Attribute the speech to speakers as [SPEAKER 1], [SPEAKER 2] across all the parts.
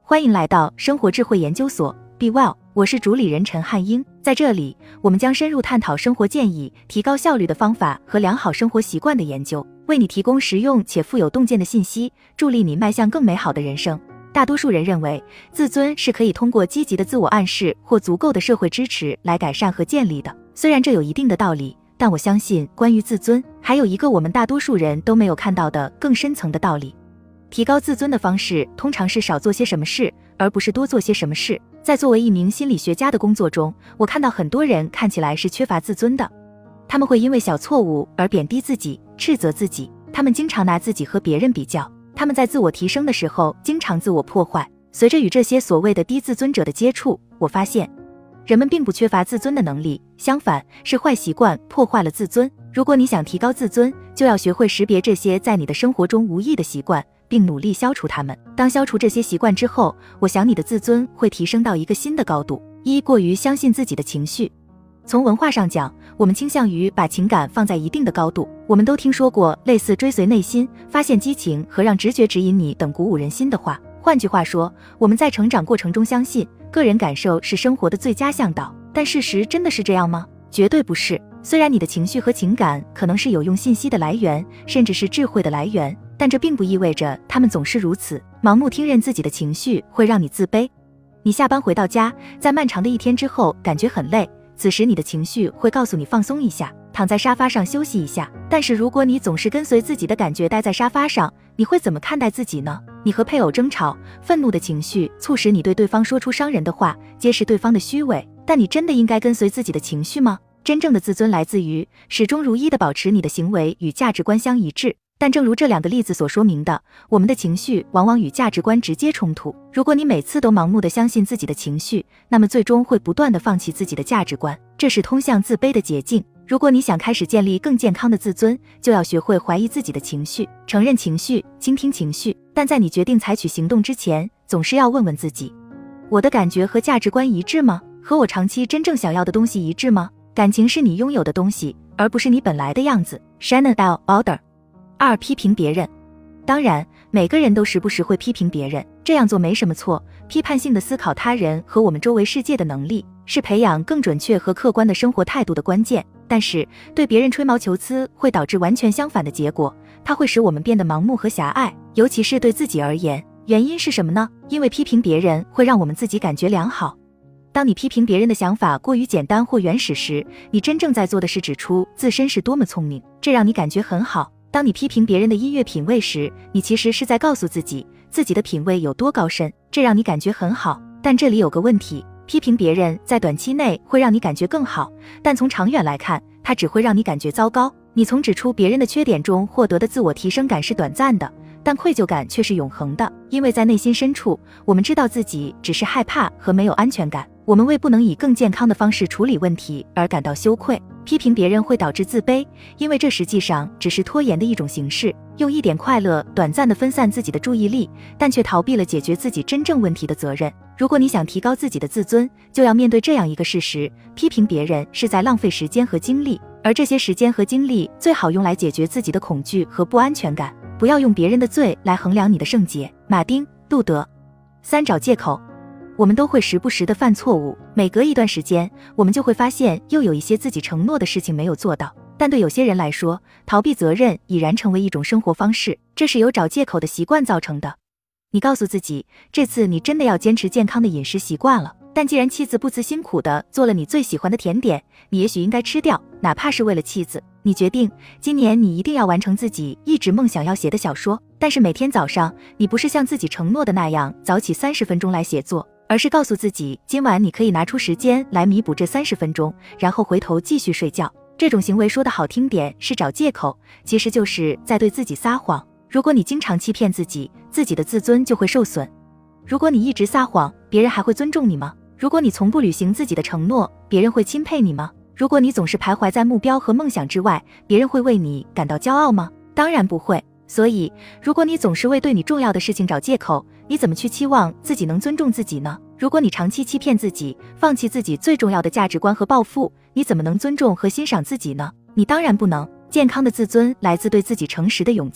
[SPEAKER 1] 欢迎来到生活智慧研究所 Be Well， 我是主理人陈汉英。在这里，我们将深入探讨生活建议、提高效率的方法和良好生活习惯的研究，为你提供实用且富有洞见的信息，助力你迈向更美好的人生。大多数人认为，自尊是可以通过积极的自我暗示或足够的社会支持来改善和建立的。虽然这有一定的道理，但我相信关于自尊，还有一个我们大多数人都没有看到的更深层的道理。提高自尊的方式通常是少做些什么事，而不是多做些什么事。在作为一名心理学家的工作中，我看到很多人看起来是缺乏自尊的。他们会因为小错误而贬低自己、斥责自己，他们经常拿自己和别人比较，他们在自我提升的时候经常自我破坏。随着与这些所谓的低自尊者的接触，我发现人们并不缺乏自尊的能力，相反，是坏习惯破坏了自尊。如果你想提高自尊，就要学会识别这些在你的生活中无益的习惯，并努力消除它们。当消除这些习惯之后，我想你的自尊会提升到一个新的高度。过于相信自己的情绪。从文化上讲，我们倾向于把情感放在一定的高度。我们都听说过类似追随内心、发现激情和让直觉指引你等鼓舞人心的话。换句话说，我们在成长过程中相信个人感受是生活的最佳向导，但事实真的是这样吗？绝对不是。虽然你的情绪和情感可能是有用信息的来源，甚至是智慧的来源，但这并不意味着他们总是如此。盲目听任自己的情绪会让你自卑。你下班回到家，在漫长的一天之后感觉很累，此时你的情绪会告诉你放松一下，躺在沙发上休息一下。但是如果你总是跟随自己的感觉待在沙发上，你会怎么看待自己呢？你和配偶争吵，愤怒的情绪促使你对对方说出伤人的话，揭示对方的虚伪，但你真的应该跟随自己的情绪吗？真正的自尊来自于始终如一地保持你的行为与价值观相一致。但正如这两个例子所说明的，我们的情绪往往与价值观直接冲突。如果你每次都盲目地相信自己的情绪，那么最终会不断地放弃自己的价值观，这是通向自卑的捷径。如果你想开始建立更健康的自尊，就要学会怀疑自己的情绪，承认情绪，倾听情绪。但在你决定采取行动之前，总是要问问自己，我的感觉和价值观一致吗？和我长期真正想要的东西一致吗？感情是你拥有的东西，而不是你本来的样子。 Shannon L. Alder。 2. 批评别人。当然，每个人都时不时会批评别人，这样做没什么错。批判性的思考他人和我们周围世界的能力，是培养更准确和客观的生活态度的关键。但是，对别人吹毛求疵会导致完全相反的结果，它会使我们变得盲目和狭隘，尤其是对自己而言。原因是什么呢？因为批评别人会让我们自己感觉良好。当你批评别人的想法过于简单或原始时，你真正在做的是指出自身是多么聪明，这让你感觉很好。当你批评别人的音乐品味时，你其实是在告诉自己自己的品味有多高深，这让你感觉很好。但这里有个问题，批评别人在短期内会让你感觉更好，但从长远来看，它只会让你感觉糟糕。你从指出别人的缺点中获得的自我提升感是短暂的，但愧疚感却是永恒的。因为在内心深处，我们知道自己只是害怕和没有安全感，我们为不能以更健康的方式处理问题而感到羞愧。批评别人会导致自卑，因为这实际上只是拖延的一种形式，用一点快乐短暂地分散自己的注意力，但却逃避了解决自己真正问题的责任。如果你想提高自己的自尊，就要面对这样一个事实：批评别人是在浪费时间和精力，而这些时间和精力最好用来解决自己的恐惧和不安全感。不要用别人的罪来衡量你的圣洁。马丁·路德。3. 找借口。我们都会时不时地犯错误，每隔一段时间，我们就会发现又有一些自己承诺的事情没有做到。但对有些人来说，逃避责任已然成为一种生活方式，这是由找借口的习惯造成的。你告诉自己，这次你真的要坚持健康的饮食习惯了，但既然妻子不辞辛苦地做了你最喜欢的甜点，你也许应该吃掉，哪怕是为了妻子。你决定今年你一定要完成自己一直梦想要写的小说，但是每天早上你不是像自己承诺的那样早起30分钟来写作，而是告诉自己今晚你可以拿出时间来弥补这30分钟，然后回头继续睡觉。这种行为说的好听点是找借口，其实就是在对自己撒谎。如果你经常欺骗自己，自己的自尊就会受损。如果你一直撒谎，别人还会尊重你吗？如果你从不履行自己的承诺，别人会钦佩你吗？如果你总是徘徊在目标和梦想之外，别人会为你感到骄傲吗？当然不会。所以，如果你总是为对你重要的事情找借口，你怎么去期望自己能尊重自己呢？如果你长期欺骗自己，放弃自己最重要的价值观和抱负，你怎么能尊重和欣赏自己呢？你当然不能。健康的自尊来自对自己诚实的勇气。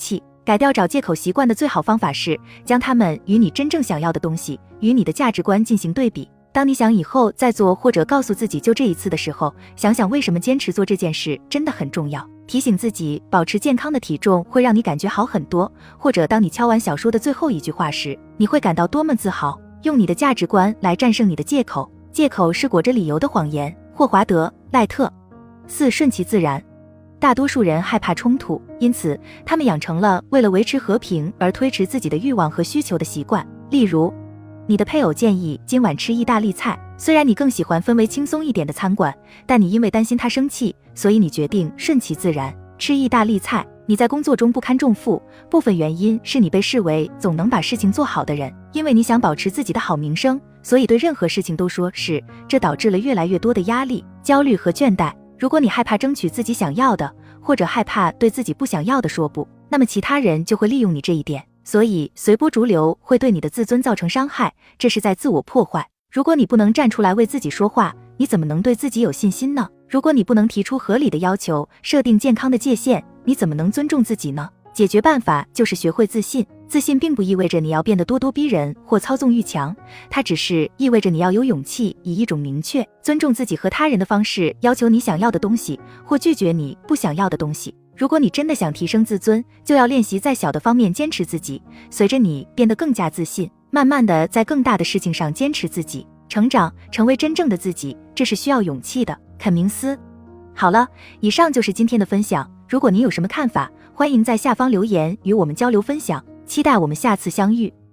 [SPEAKER 1] 改掉找借口习惯的最好方法是将它们与你真正想要的东西，与你的价值观进行对比。当你想以后再做或者告诉自己就这一次的时候，想想为什么坚持做这件事真的很重要。提醒自己保持健康的体重会让你感觉好很多，或者当你敲完小说的最后一句话时，你会感到多么自豪。用你的价值观来战胜你的借口，借口是裹着理由的谎言。霍华德·赖特。4. 顺其自然。大多数人害怕冲突，因此他们养成了为了维持和平而推迟自己的欲望和需求的习惯。例如，你的配偶建议今晚吃意大利菜，虽然你更喜欢氛围轻松一点的餐馆，但你因为担心他生气，所以你决定顺其自然，吃意大利菜。你在工作中不堪重负，部分原因是你被视为总能把事情做好的人，因为你想保持自己的好名声，所以对任何事情都说是，这导致了越来越多的压力、焦虑和倦怠。如果你害怕争取自己想要的，或者害怕对自己不想要的说不，那么其他人就会利用你这一点，所以随波逐流会对你的自尊造成伤害，这是在自我破坏。如果你不能站出来为自己说话，你怎么能对自己有信心呢？如果你不能提出合理的要求，设定健康的界限，你怎么能尊重自己呢？解决办法就是学会自信。自信并不意味着你要变得咄咄逼人或操纵欲强，它只是意味着你要有勇气，以一种明确、尊重自己和他人的方式要求你想要的东西，或拒绝你不想要的东西。如果你真的想提升自尊，就要练习在小的方面坚持自己，随着你变得更加自信，慢慢的在更大的事情上坚持自己，成长，成为真正的自己，这是需要勇气的。肯明斯。好了，以上就是今天的分享。如果您有什么看法，欢迎在下方留言与我们交流分享，期待我们下次相遇。